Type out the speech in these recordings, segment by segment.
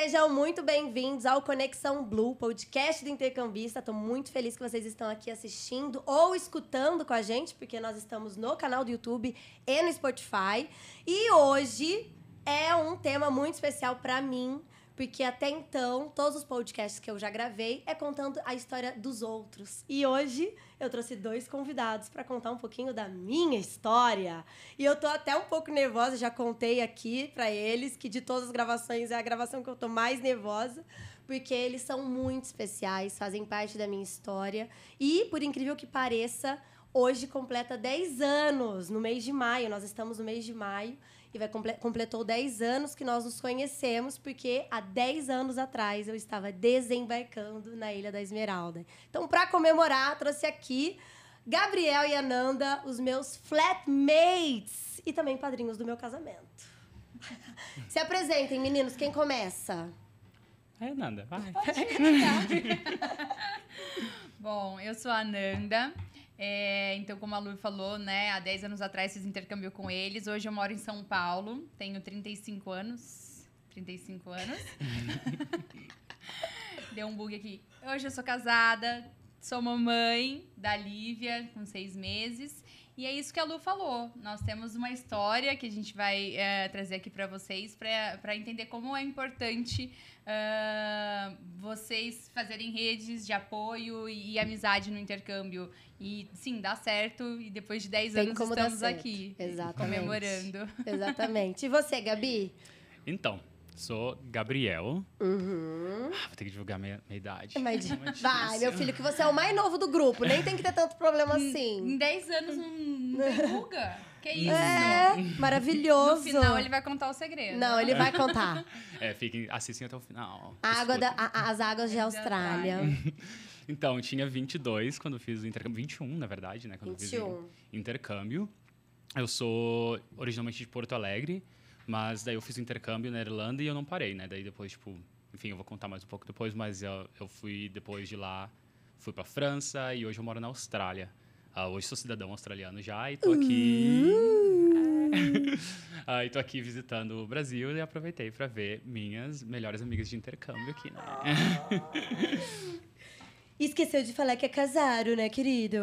Sejam muito bem-vindos ao Conexão Blue, podcast do Intercambista. Estou muito feliz que vocês estão aqui assistindo ou escutando com a gente, porque nós estamos no canal do YouTube e no Spotify. E hoje é um tema muito especial para mim, porque até então, todos os podcasts que eu já gravei é contando a história dos outros. E hoje eu trouxe 2 convidados para contar um pouquinho da minha história. E eu tô até um pouco nervosa, já contei aqui para eles que de todas as gravações é a gravação que eu tô mais nervosa, porque eles são muito especiais, fazem parte da minha história. E, por incrível que pareça, hoje completa 10 anos, no mês de maio. Nós estamos no mês de maio. E completou 10 anos que nós nos conhecemos, porque há 10 anos atrás eu estava desembarcando na Ilha da Esmeralda. Então, para comemorar, trouxe aqui Gabriel e Ananda, os meus flatmates e também padrinhos do meu casamento. Se apresentem, meninos, quem começa? Ananda, vai. Bom, eu sou a Ananda. Então, como a Lu falou, né, há 10 anos atrás fiz intercâmbio com eles. Hoje eu moro em São Paulo, tenho 35 anos. 35 anos. Deu um bug aqui. Hoje eu sou casada, sou mamãe da Lívia, com 6 meses. E é isso que a Lu falou. Nós temos uma história que a gente vai trazer aqui para vocês, para entender como é importante vocês fazerem redes de apoio e amizade no intercâmbio. E, sim, dá certo. E depois de 10 anos estamos aqui. Exatamente. Comemorando. Exatamente. E você, Gabi? Então, sou Gabriel. Uhum. Vou ter que divulgar minha idade. Vai, meu filho, que você é o mais novo do grupo. Nem tem que ter tanto problema assim. Em 10 anos não divulga. Que isso? É, maravilhoso. No final ele vai contar o segredo. Não, ele vai contar. Assistem até o final. As águas de Austrália. Então, eu tinha 22 quando fiz o intercâmbio. 21, na verdade, né? Quando 21. eu fiz o intercâmbio. Eu sou originalmente de Porto Alegre, mas daí eu fiz o intercâmbio na Irlanda e eu não parei, né? Daí depois, enfim, eu vou contar mais um pouco depois, mas eu fui, depois de lá, fui pra França e hoje eu moro na Austrália. Hoje sou cidadão australiano já e tô aqui... e tô aqui visitando o Brasil e aproveitei para ver minhas melhores amigas de intercâmbio aqui, né? Esqueceu de falar que é casado, né, querido?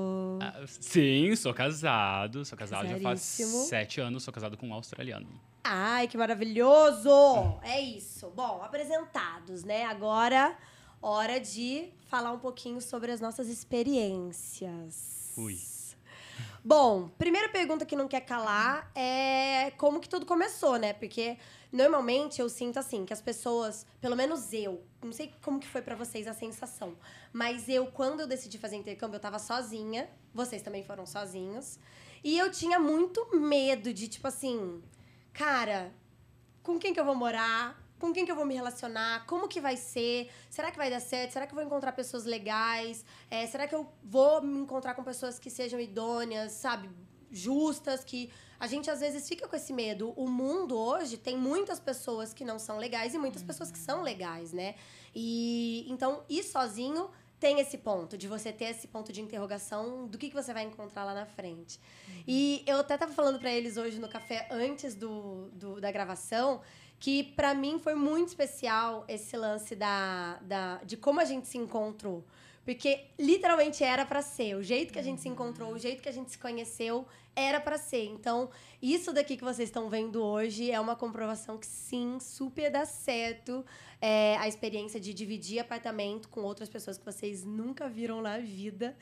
Sim, sou casado. Sou casado já faz 7 anos, sou casado com um australiano. Ai, que maravilhoso! É isso. Bom, apresentados, né? Agora, hora de falar um pouquinho sobre as nossas experiências. Ui. Bom, primeira pergunta que não quer calar é como que tudo começou, né? Porque normalmente eu sinto assim, que as pessoas, pelo menos eu, não sei como que foi pra vocês a sensação, mas quando eu decidi fazer intercâmbio, eu tava sozinha, vocês também foram sozinhos, e eu tinha muito medo de, tipo assim, cara, com quem que eu vou morar? Com quem que eu vou me relacionar? Como que vai ser? Será que vai dar certo? Será que eu vou encontrar pessoas legais? Será que eu vou me encontrar com pessoas que sejam idôneas, sabe? Justas, que a gente às vezes fica com esse medo. O mundo hoje tem muitas pessoas que não são legais e muitas pessoas que são legais, né? E então, ir sozinho tem esse ponto, de você ter esse ponto de interrogação do que você vai encontrar lá na frente. E eu até tava falando pra eles hoje no café, antes da gravação, que pra mim foi muito especial esse lance de como a gente se encontrou. Porque literalmente era pra ser. O jeito que a gente se encontrou, o jeito que a gente se conheceu, era pra ser. Então, isso daqui que vocês estão vendo hoje é uma comprovação que sim, super dá certo. A experiência de dividir apartamento com outras pessoas que vocês nunca viram na vida.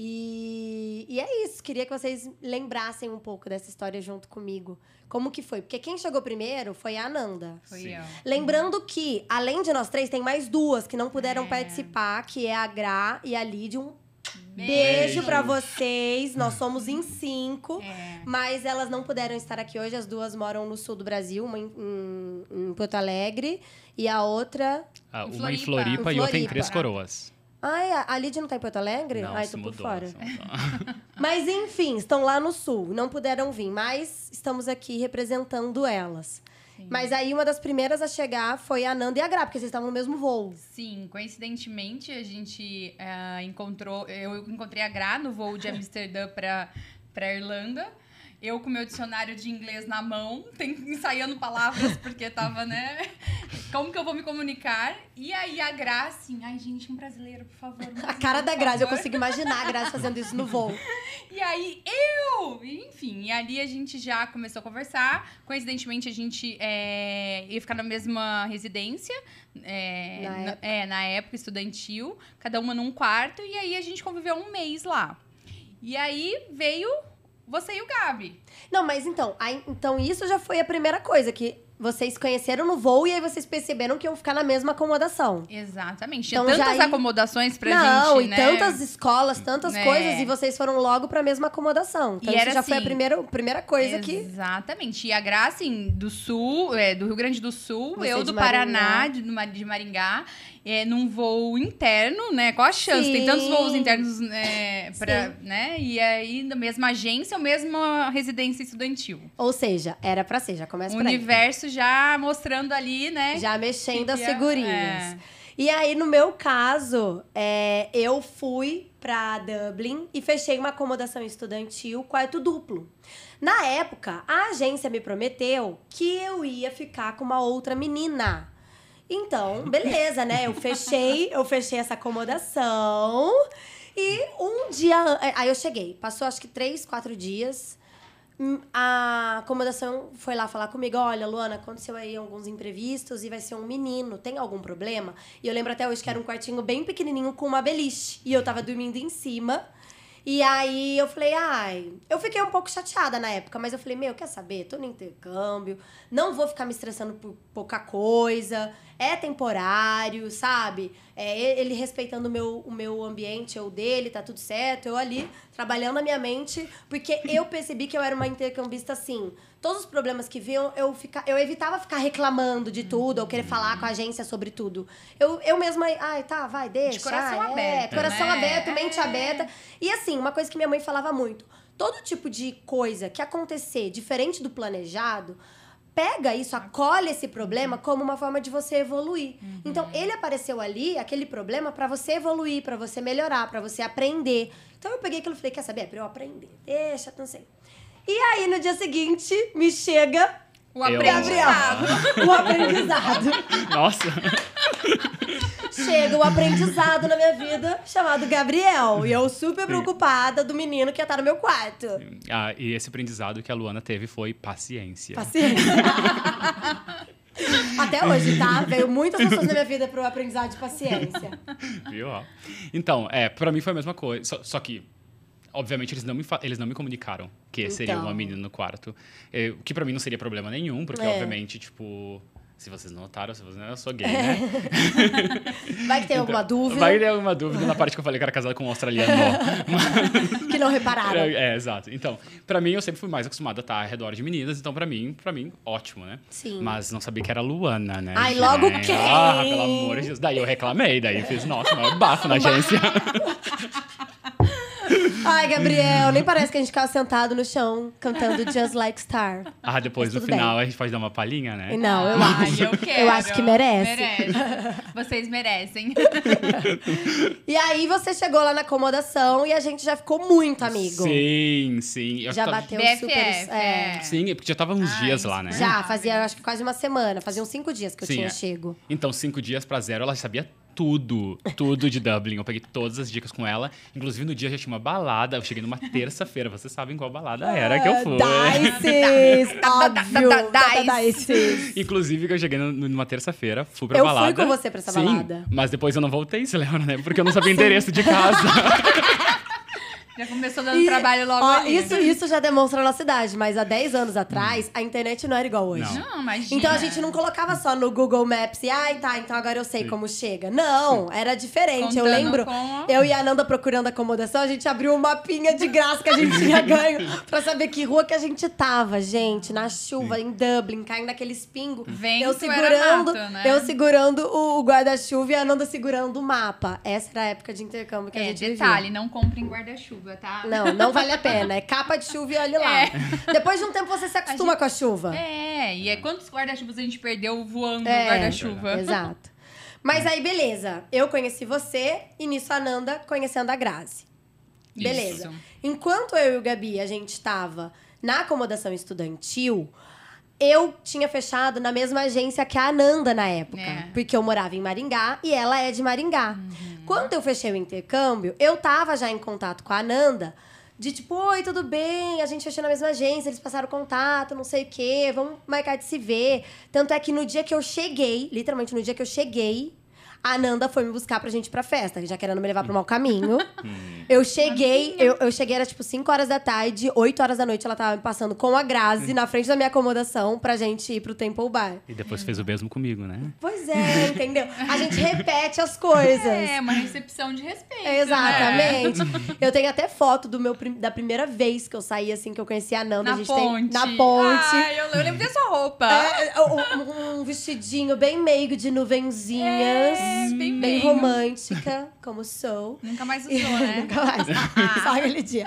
E é isso. Queria que vocês lembrassem um pouco dessa história junto comigo. Como que foi? Porque quem chegou primeiro foi a Ananda. Foi eu. Lembrando que, além de nós 3, tem mais 2 que não puderam participar, que é a Gra e a Lídia. Um beijo pra vocês. Nós somos em 5, mas elas não puderam estar aqui hoje. As 2 moram no sul do Brasil, uma em Porto Alegre e a outra... uma em Floripa e outra em Três Coroas. A Lídia não tá em Porto Alegre? Não, tô por mudou, fora. Mas, enfim, estão lá no sul. Não puderam vir, mas estamos aqui representando elas. Sim. Mas aí, uma das primeiras a chegar foi a Ananda e a Gra, porque vocês estavam no mesmo voo. Sim, coincidentemente, a gente eu encontrei a Gra no voo de Amsterdã para Irlanda. Eu com meu dicionário de inglês na mão, ensaiando palavras, porque tava, né, Como que eu vou me comunicar? E aí a Grazi, assim, ai, gente, um brasileiro, por favor. A cara da Grazi, eu consigo imaginar a Grazi fazendo isso no voo. E aí, enfim, e ali a gente já começou a conversar. Coincidentemente, a gente ia ficar na mesma residência, na época estudantil, cada uma num quarto, e aí a gente conviveu um mês lá. E aí veio você e o Gabi. Não, mas então isso já foi a primeira coisa, que vocês conheceram no voo e aí vocês perceberam que iam ficar na mesma acomodação. Exatamente. Tinha Então, tantas já acomodações pra Não, gente, e né? tantas escolas, tantas coisas, e vocês foram logo pra mesma acomodação. Então E isso era já foi a assim, primeira coisa que... Exatamente. E a Grazi, assim, do Sul, do Rio Grande do Sul, Você eu de do Maringá. Paraná, de Maringá, num voo interno, né? Qual a chance? Sim. Tem tantos voos internos, Sim. né? E aí, na mesma agência, ou mesma residência estudantil. Ou seja, era pra ser, já começa O por aí. universo já mostrando ali, né? Já mexendo as que figurinhas. é. E aí, no meu caso, eu fui pra Dublin e fechei uma acomodação estudantil, quarto duplo. Na época, a agência me prometeu que eu ia ficar com uma outra menina. Então, beleza, né? Eu fechei essa acomodação. E um dia... Aí eu cheguei. Passou, acho que 3, 4 dias. A acomodação foi lá falar comigo. Olha, Luana, aconteceu aí alguns imprevistos e vai ser um menino. Tem algum problema? E eu lembro até hoje que era um quartinho bem pequenininho com uma beliche. E eu tava dormindo em cima. E aí eu falei, eu fiquei um pouco chateada na época, mas eu falei, quer saber? Tô no intercâmbio, não vou ficar me estressando por pouca coisa, é temporário, sabe? Ele respeitando o meu ambiente, eu dele, tá tudo certo, eu ali trabalhando a minha mente, porque eu percebi que eu era uma intercambista assim. Todos os problemas que vinham, eu evitava ficar reclamando de tudo, ou querer falar com a agência sobre tudo. Eu mesma, vai, deixa. De coração aberto, coração né? aberto, mente aberta. E assim, uma coisa que minha mãe falava muito, todo tipo de coisa que acontecer diferente do planejado, pega isso, acolhe esse problema como uma forma de você evoluir. Então, ele apareceu ali, aquele problema, pra você evoluir, pra você melhorar, pra você aprender. Então, eu peguei aquilo e falei, quer saber? É pra eu aprender. Deixa, não sei. E aí, no dia seguinte, me chega O aprendizado. o aprendizado. Nossa. Chega o aprendizado na minha vida chamado Gabriel. E eu super preocupada do menino que ia estar no meu quarto. E esse aprendizado que a Luana teve foi paciência. Paciência. Até hoje, tá? Veio muitas pessoas na minha vida pro aprendizado de paciência. Viu? Então, pra mim foi a mesma coisa. Só que, obviamente, eles não me comunicaram que seria uma menina no quarto. O que pra mim não seria problema nenhum, porque, obviamente, tipo... Se vocês não notaram, eu sou gay, né? Vai que tem alguma dúvida. Vai ter alguma dúvida na parte que eu falei que era casado com um australiano. Que não repararam. Exato. Então, pra mim, eu sempre fui mais acostumada a estar ao redor de meninas. Então, pra mim, ótimo, né? Sim. Mas não sabia que era Luana, né? Ai, logo quem? Pelo amor de Deus. Daí eu reclamei. Daí fiz, nossa, maior bafo na agência. Ai, Gabriel, nem parece que a gente ficava sentado no chão cantando Just Like Star. Depois no tudo final bem. a gente pode dar uma palhinha, né? Não, eu acho. Eu quero. Eu acho que merece. Vocês merecem. E aí você chegou lá na acomodação e a gente já ficou muito amigo. Sim. Já bateu BFF, super... Sim, porque já tava uns dias lá, né? Já, fazia acho que quase uma semana. Faziam 5 dias que eu Sim, tinha chego. Então, 5 dias pra 0, ela sabia tudo de Dublin. Eu peguei todas as dicas com ela. Inclusive, no dia já tinha uma balada. Eu cheguei numa terça-feira. Vocês sabem qual balada era que eu fui. Dices, óbvio. Dices. Inclusive, que eu cheguei numa terça-feira, fui pra Eu balada. fui com você pra essa Sim, balada. mas depois eu não voltei, você lembra, né? Porque eu não sabia o endereço de casa. Já começou dando trabalho logo ali. Isso já demonstra a nossa idade, mas há 10 anos atrás, a internet não era igual hoje. Não, imagina. Então a gente não colocava só no Google Maps e, então agora eu sei como chega. Não, era diferente. Eu Contando lembro, com- eu e a Ananda procurando acomodação, a gente abriu um mapinha de graça que a gente tinha ganho pra saber que rua que a gente tava, gente. Na chuva, em Dublin, caindo naquele espingo. Vento eu era segurando, mato, né? eu segurando o guarda-chuva e a Ananda segurando o mapa. Essa era a época de intercâmbio que a gente detalhe, vivia. não comprem guarda-chuva, tá? Não vale a pena. É capa de chuva e olhe lá. Depois de um tempo você se acostuma com a chuva. E quantos guarda-chuvas a gente perdeu voando no É, guarda-chuva? Exato. Mas aí, beleza. Eu conheci você e nisso a Nanda conhecendo a Grazi. Beleza. Isso. Enquanto eu e o Gabi, a gente tava na acomodação estudantil, eu tinha fechado na mesma agência que a Ananda na época. É. Porque eu morava em Maringá e ela é de Maringá. Quando eu fechei o intercâmbio, eu tava já em contato com a Ananda. De tipo, oi, tudo bem? A gente fechou na mesma agência, eles passaram contato, não sei o quê. Vamos marcar de se ver. Tanto é que no dia que eu cheguei, literalmente no dia que eu cheguei, a Ananda foi me buscar pra gente ir pra festa, já querendo me levar pro mau caminho. Eu cheguei, eu cheguei, era tipo 5 horas da tarde, 8 horas da noite ela tava me passando com a Grazi na frente da minha acomodação pra gente ir pro Temple Bar. E depois fez o mesmo comigo, né? Pois é, entendeu? A gente repete as coisas. É, uma recepção de respeito. Exatamente. Eu tenho até foto da primeira vez que eu saí, assim, que eu conheci a Nanda. Na A gente ponte. na ponte. Ai, eu lembro da sua roupa. Um vestidinho bem meigo de nuvenzinhas. Bem Bem meigo. romântica, como sou. Nunca mais usou, né? Nunca mais. Só aquele dia.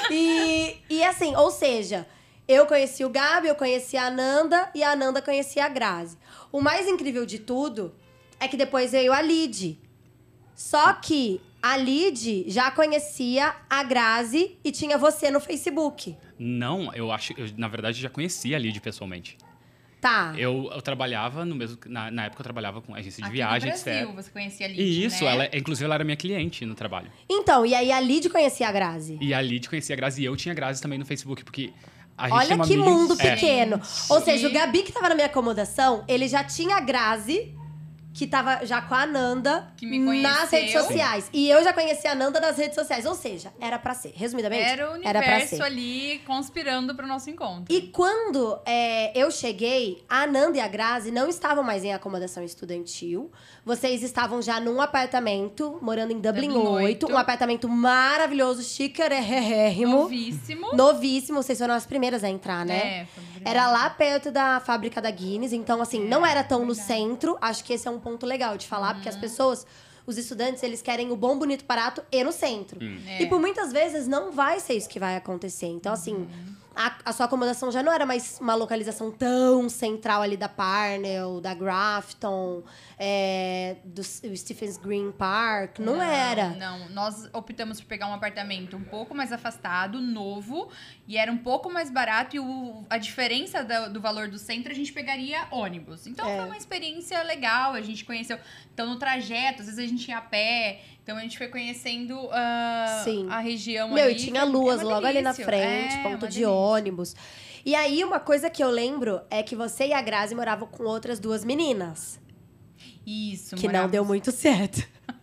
E assim, ou seja, eu conheci o Gabi, eu conheci a Ananda e a Ananda conhecia a Grazi. O mais incrível de tudo é que depois veio a Lid. Só que a Lid já conhecia a Grazi e tinha você no Facebook. Não, eu na verdade, já conhecia a Lid pessoalmente. Tá. Eu trabalhava no mesmo... Na época, eu trabalhava com agência de Aqui viagem, no Brasil, etc. você conhecia a Lid, E isso, né? inclusive, ela era minha cliente no trabalho. Então, e aí a Lid conhecia a Grazi. E a Lid conhecia a Grazi e eu tinha a Grazi também no Facebook, porque a gente Olha tem uma que amiga- mundo É. pequeno. Ou seja, o Gabi que tava na minha acomodação, ele já tinha a Grazi, que tava já com a Ananda, Que me nas conheceu. redes sociais. E eu já conhecia a Ananda nas redes sociais. Ou seja, era pra ser. Resumidamente, Era o era pra universo ser. ali conspirando pro nosso encontro. E quando eu cheguei, a Ananda e a Grazi não estavam mais em acomodação estudantil. Vocês estavam já num apartamento, morando em Dublin 8. Um apartamento maravilhoso, chiquérrimo. Novíssimo. Novíssimo. Vocês foram as primeiras a entrar, né? É, foi brilhante. Era lá perto da fábrica da Guinness. Então, assim, não era tão no centro. Acho que esse é um ponto legal de falar. Porque as pessoas... Os estudantes, eles querem o bom, bonito, barato e no centro. É. E por muitas vezes não vai ser isso que vai acontecer. Então, assim, a sua acomodação já não era mais uma localização tão central ali da Parnell, da Grafton, do Stephens Green Park. Não era. Não, nós optamos por pegar um apartamento um pouco mais afastado, novo, e era um pouco mais barato, e a diferença do valor do centro a gente pegaria ônibus. Então foi uma experiência legal, a gente conheceu. Então no trajeto, às vezes a gente ia a pé, então a gente foi conhecendo Sim. a região Meu, ali. e tinha Foi- luas é uma logo ali na delícia. frente, É, ponto uma de delícia. ônibus. E aí, uma coisa que eu lembro é que você e a Grazi moravam com outras duas meninas. Isso, Que não morávamos- deu muito certo.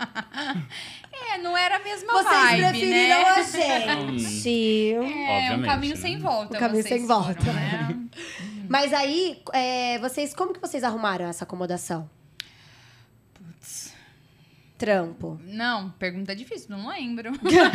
não era a mesma Vocês vibe, preferiram né? a gente. É, um Obviamente, caminho né? sem volta. Um caminho vocês sem volta. foram, né? Mas aí, como que vocês arrumaram essa acomodação? Trampo. Não, pergunta difícil, não lembro.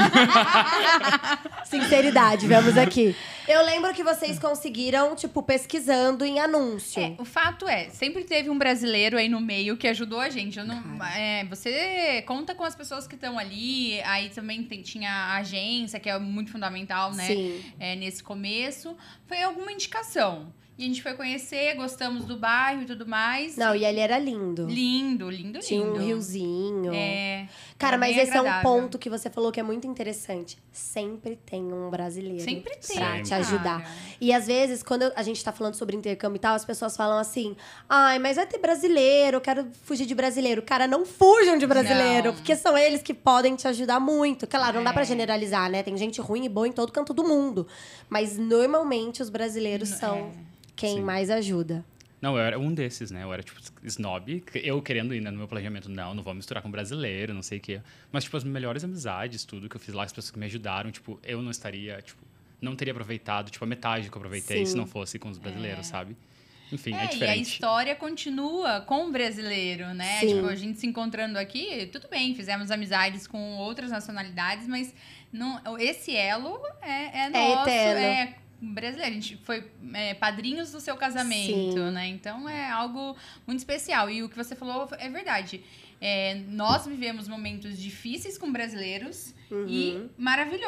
Sinceridade, vamos aqui. Eu lembro que vocês conseguiram, tipo, pesquisando em anúncio. O fato é, sempre teve um brasileiro aí no meio que ajudou a gente. Eu não, você conta com as pessoas que estão ali, aí também tinha a agência, que é muito fundamental, né? Sim. Nesse começo. Foi alguma indicação. E a gente foi conhecer, gostamos do bairro e tudo mais. Não, e ele era lindo. Lindo, lindo, lindo. Tinha um riozinho. Cara, era mas bem esse é um agradável. ponto que você falou que é muito interessante. Sempre tem um brasileiro Sempre tem, pra te cara. ajudar. E às vezes, quando a gente tá falando sobre intercâmbio e tal, as pessoas falam assim: ai, mas vai ter brasileiro, eu quero fugir de brasileiro. Cara, não fujam de brasileiro, Não. porque são eles que podem te ajudar muito. Claro, não dá pra generalizar, né? Tem gente ruim e boa em todo canto do mundo. Mas normalmente os brasileiros são quem Sim. mais ajuda. Não, eu era um desses, né? Eu era, tipo, snob. Eu querendo ir, né, no meu planejamento, não vou misturar com brasileiro, não sei o quê. Mas, tipo, as melhores amizades, tudo que eu fiz lá, as pessoas que me ajudaram, tipo, eu não estaria, tipo, não teria aproveitado, tipo, a metade que eu aproveitei Sim. se não fosse com os brasileiros, sabe? Enfim, é E a diferente. história continua com o brasileiro, né? Sim. Tipo, a gente se encontrando aqui, tudo bem, fizemos amizades com outras nacionalidades, mas não, esse elo é nosso, eterno. brasileiro. A gente foi padrinhos do seu casamento, Sim. né? Então é algo muito especial. E o que você falou é verdade. Nós vivemos momentos difíceis com brasileiros e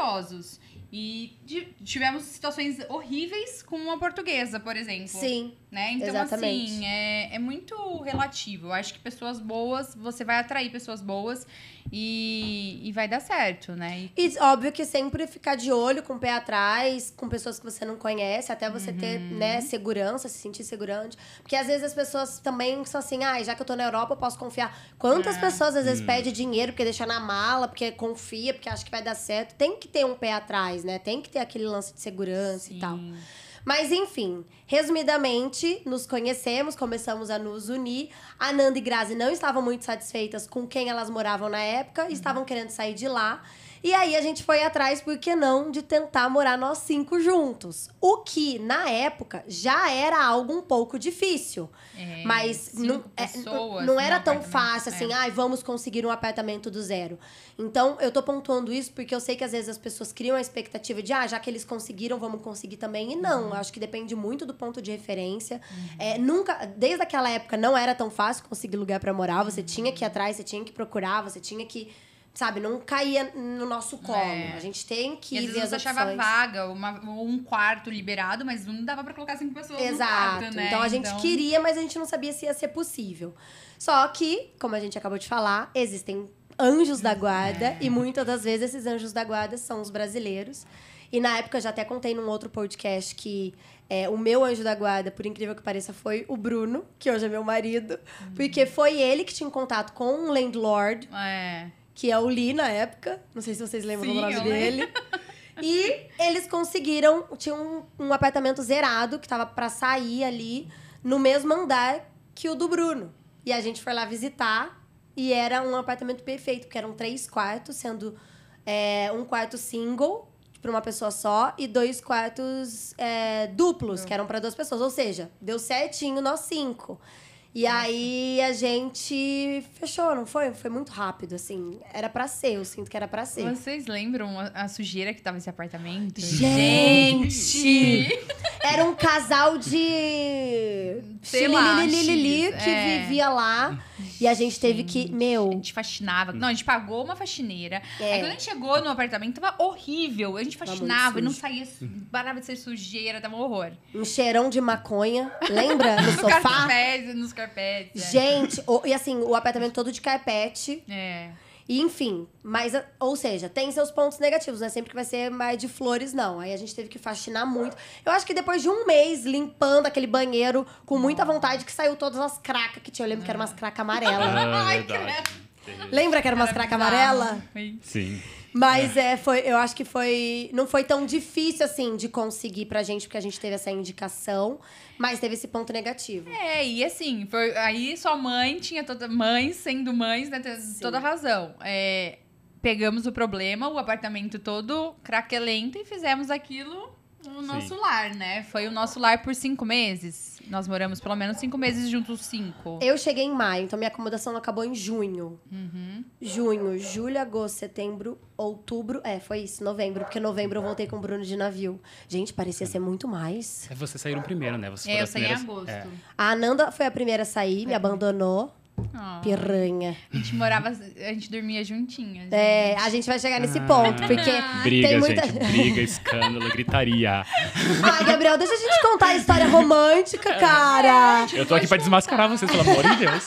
maravilhosos. E tivemos situações horríveis com uma portuguesa, por exemplo. Sim. né? Então, Exatamente. assim, é muito relativo. Eu acho que pessoas boas, você vai atrair pessoas boas e vai dar certo, né? E óbvio que sempre ficar de olho, com o pé atrás, com pessoas que você não conhece, até você ter, né, segurança, se sentir segurante. Porque às vezes as pessoas também são assim, já que eu tô na Europa, eu posso confiar. Quantas pessoas às vezes pedem dinheiro porque deixa na mala, porque confia, porque acha que vai dar certo. Tem que ter um pé atrás, né? Tem que ter aquele lance de segurança e tal. Mas, enfim, resumidamente, nos conhecemos, começamos a nos unir. A Nanda e Grazi não estavam muito satisfeitas com quem elas moravam na época, estavam querendo sair de lá. E aí a gente foi atrás, por que não, de tentar morar nós 5 juntos. O que, na época, já era algo um pouco difícil. Mas não era tão fácil assim, vamos conseguir um apartamento do zero. Então, eu tô pontuando isso porque eu sei que às vezes as pessoas criam a expectativa de, já que eles conseguiram, vamos conseguir também. E não, acho que depende muito do ponto de referência. Desde aquela época, não era tão fácil conseguir lugar pra morar. Você tinha que ir atrás, você tinha que procurar, você tinha que... Sabe, não caía no nosso colo. A gente tem que ver as opções. Você achava vaga, um quarto liberado, mas não dava pra colocar 5 pessoas no quarto, né? Então, a gente queria, mas a gente não sabia se ia ser possível. Só que, como a gente acabou de falar, existem anjos da guarda. E muitas das vezes esses anjos da guarda são os brasileiros. E na época, eu já até contei num outro podcast que... o meu anjo da guarda, por incrível que pareça, foi o Bruno, que hoje é meu marido. Porque foi ele que tinha contato com um landlord. Que é o Lee, na época. Não sei se vocês lembram do nome dele. E eles conseguiram... Tinha um apartamento zerado, que tava pra sair ali, no mesmo andar que o do Bruno. E a gente foi lá visitar. E era um apartamento perfeito, porque eram 3 quartos, sendo um quarto single, pra uma pessoa só, e 2 quartos duplos, que eram pra 2 pessoas. Ou seja, deu certinho nós 5. E aí a gente fechou, não foi? Foi muito rápido, assim. Era pra ser, eu sinto que era pra ser. Vocês lembram a sujeira que tava nesse apartamento? Gente! Era um casal de... Sei lá, que vivia lá. E a gente teve que... A gente faxinava. Não, a gente pagou uma faxineira. Aí quando a gente chegou no apartamento, tava horrível. A gente faxinava e não saía... Parava de ser sujeira, tava um horror. Um cheirão de maconha. Lembra? No sofá? Nos carpetes. Gente, e assim, o apartamento todo de carpete. E, enfim, mas, ou seja, tem seus pontos negativos, não é sempre que vai ser mais de flores, não. Aí a gente teve que faxinar muito. Eu acho que depois de um mês limpando aquele banheiro com muita vontade, que saiu todas as cracas que tinha. Eu lembro que eram umas cracas amarelas. Lembra que eram umas cracas amarelas? Sim. Mas eu acho que não foi tão difícil, assim, de conseguir pra gente, porque a gente teve essa indicação, mas teve esse ponto negativo. E assim, aí sua mãe tinha mães sendo mães, né, toda razão. Pegamos o problema, o apartamento todo craquelento e fizemos aquilo no nosso lar, né? Foi o nosso lar por 5 meses. Nós moramos pelo menos 5 meses juntos, 5. Eu cheguei em maio, então minha acomodação acabou em junho. Junho, julho, agosto, setembro, outubro. Foi isso, novembro. Porque novembro eu voltei com o Bruno de navio. Gente, parecia ser muito mais. Vocês saíram primeiro, né? Eu saí em agosto. A Ananda foi a primeira a sair, me abandonou. Piranha. A gente dormia juntinhas. A gente vai chegar nesse ponto, porque briga, tem muita... gente, briga, escândalo, gritaria. Gabriel, deixa a gente contar a história romântica, cara. Eu tô aqui pra desmascarar vocês, pelo amor de Deus.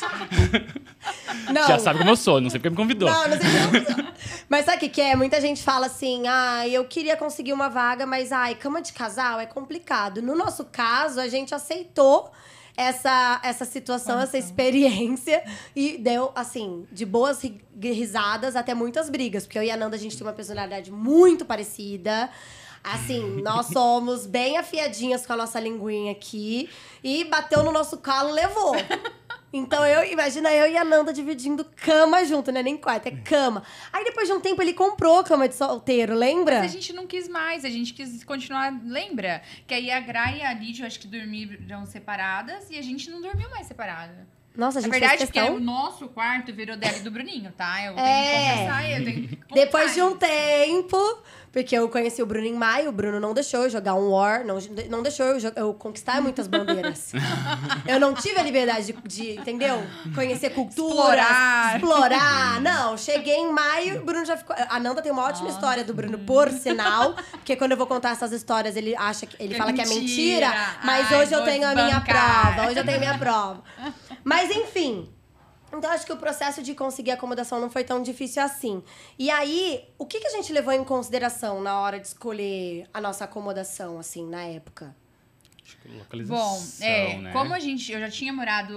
Não. Já sabe como eu sou, não sei porque me convidou. Não sei como... Mas sabe o que é? Muita gente fala assim, eu queria conseguir uma vaga, mas, cama de casal é complicado. No nosso caso, a gente aceitou essa situação, essa experiência. E deu, assim, de boas risadas até muitas brigas. Porque eu e a Nanda, a gente tem uma personalidade muito parecida. Assim, nós somos bem afiadinhas com a nossa linguinha aqui. E bateu no nosso calo, levou. Então, imagina eu e a Nanda dividindo cama junto, né? Nem quarto, é cama. Aí, depois de um tempo, ele comprou cama de solteiro, lembra? Mas a gente não quis mais, a gente quis continuar, lembra? Que aí a Gra e a Lídia, acho que dormiram separadas e a gente não dormiu mais separada. Nossa, a Na gente verdade, fez porque questão. o nosso quarto virou dela e do Bruninho, tá? Eu tenho que confessar, eu tenho que contar. Depois de um tempo, porque eu conheci o Bruno em maio, o Bruno não deixou eu jogar um War, não deixou eu conquistar muitas bandeiras. Eu não tive a liberdade de entendeu? Conhecer cultura, explorar. Não, cheguei em maio, o Bruno já ficou... A Nanda tem uma ótima história do Bruno, por sinal, porque quando eu vou contar essas histórias, ele fala que é mentira, mas hoje eu tenho a minha prova, hoje eu tenho a minha prova. Mas enfim... Então, acho que o processo de conseguir acomodação não foi tão difícil assim. E aí, o que a gente levou em consideração na hora de escolher a nossa acomodação, assim, na época? Acho que localização, Bom, né? como eu já tinha morado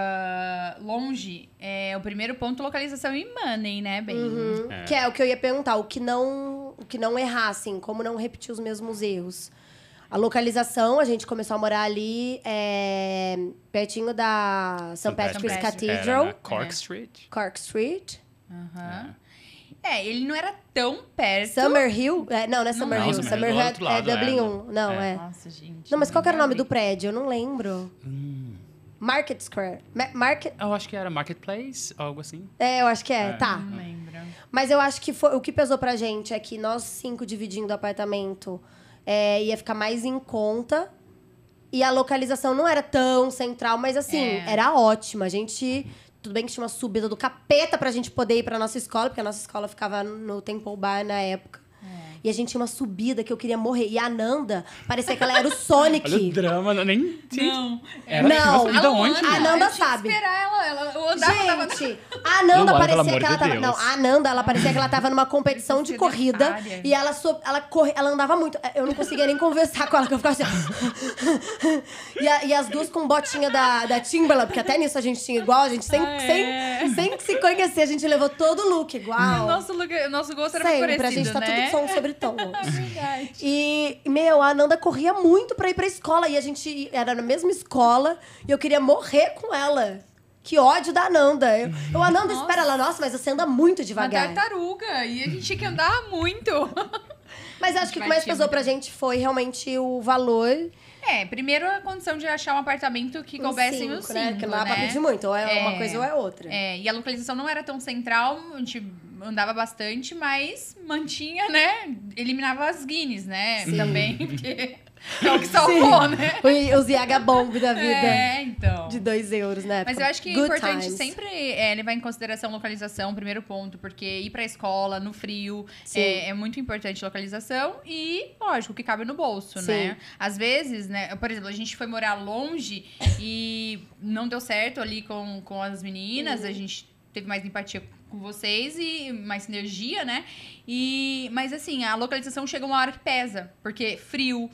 longe, o primeiro ponto, localização e money, né, bem? Que é o que eu ia perguntar, o que não errar, assim, como não repetir os mesmos erros. A localização, a gente começou a morar ali pertinho da St. Patrick's Cathedral. Era na Cork Street. Cork Street. Ele não era tão perto. Summerhill? Não é Summerhill. Não, Summerhill do outro lado, Dublin 1. Não, é. Nossa, gente. Não, mas qual que era o nome do prédio? Eu não lembro. Market Square. Eu acho que era Marketplace, algo assim. Eu acho que é. Tá. Não lembro. Mas eu acho que o que pesou pra gente é que nós 5 dividindo o apartamento ia ficar mais em conta. E a localização não era tão central, mas assim, era ótima. A gente... Tudo bem que tinha uma subida do capeta pra gente poder ir pra nossa escola, porque a nossa escola ficava no Temple Bar na época. E a gente tinha uma subida que eu queria morrer. E a Nanda, parecia que ela era o Sonic. Olha o drama, nem... Não. Era Não. subida onde? A Nanda eu tinha que sabe. esperar ela andava... Gente, a Nanda Luana, parecia pelo que ela amor de tava... Deus. Não, a Nanda, ela parecia que ela tava numa competição de corrida. Sedentária. E ela andava muito. Eu não conseguia nem conversar com ela, que eu ficava assim... e as duas com botinha da Timberland, porque até nisso a gente tinha igual. A gente sem se conhecer, a gente levou todo o look igual. Nosso gosto era Sempre, parecido, a gente tá né? tudo som sobre tom. Verdade. E, a Nanda corria muito pra ir pra escola. E a gente era na mesma escola. E eu queria morrer com ela. Que ódio da Nanda. A Nanda espera ela. Nossa, mas você anda muito Uma devagar. tartaruga. E a gente tinha que andar muito. Mas acho que o que mais pesou pra gente foi realmente o valor. Primeiro a condição de achar um apartamento que coubessem os 5, né? Porque não dá pra pedir muito. Ou é uma coisa ou é outra. E a localização não era tão central, a gente andava bastante, mas mantinha, né? Eliminava as Guinness, né? Também, porque é o que salvou, né? Os Yaga Bomb da vida. Então. De 2 euros, né? Mas eu acho que é Good importante times. sempre levar em consideração localização, primeiro ponto, porque ir pra escola, no frio, Sim. é muito importante localização e, lógico, que cabe no bolso, né? Às vezes, né? Por exemplo, a gente foi morar longe e não deu certo ali com as meninas, a gente teve mais empatia com vocês e mais sinergia, né? Mas assim, a localização chega uma hora que pesa, porque frio,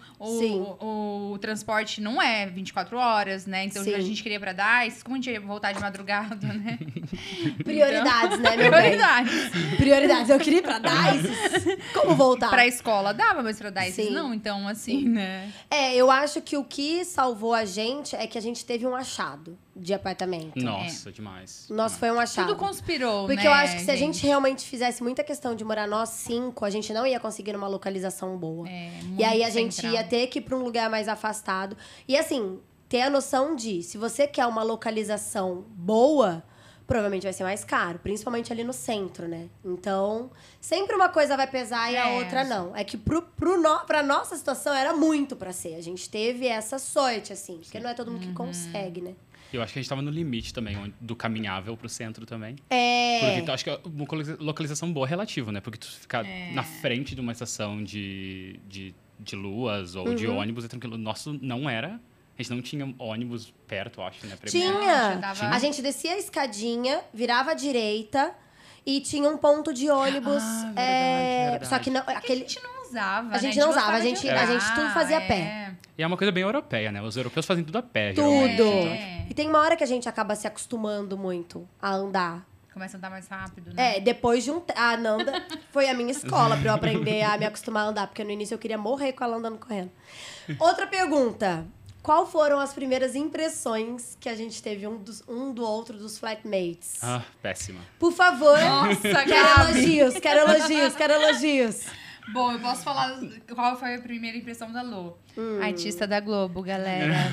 o transporte não é 24 horas, né? Então a gente queria ir pra DICE, como a gente ia voltar de madrugada, né? Prioridades, né, meu Prioridades. bem? Prioridades. Eu queria ir pra DICE. Como voltar? Pra escola dava, mas pra DICE Sim. não, então assim, né? Eu acho que o que salvou a gente é que a gente teve um achado de apartamento. Nossa, demais. Nossa, foi um achado. Tudo conspirou, Porque né, eu acho que se a gente realmente fizesse muita questão de morar nós 5, a gente não ia conseguir uma localização boa. E aí a gente ia ter que ir pra um lugar mais afastado. E assim, ter a noção de, se você quer uma localização boa, provavelmente vai ser mais caro. Principalmente ali no centro, né? Então, sempre uma coisa vai pesar e a outra não. É que pra nossa situação era muito pra ser. A gente teve essa sorte, assim. Porque não é todo mundo que consegue, né? Eu acho que a gente tava no limite também, do caminhável pro centro também. Porque acho que uma localização boa é relativo, né? Porque tu ficar na frente de uma estação de luas ou de ônibus é tranquilo. Nosso não era. A gente não tinha ônibus perto, acho, né? Tinha! A gente descia a escadinha, virava à direita e tinha um ponto de ônibus. Verdade. Só que não. A gente não usava, A gente não usava, a gente tudo fazia a pé. E é uma coisa bem europeia, né? Os europeus fazem tudo a pé, Tudo! geralmente. Então, E tem uma hora que a gente acaba se acostumando muito a andar. Começa a andar mais rápido, né? Depois de a Nanda foi a minha escola pra eu aprender a me acostumar a andar, porque no início eu queria morrer com ela andando correndo. Outra pergunta. Qual foram as primeiras impressões que a gente teve um do outro dos flatmates? Péssima. Por favor. Nossa, quero elogios. Bom, eu posso falar qual foi a primeira impressão da Lô. Artista da Globo, galera.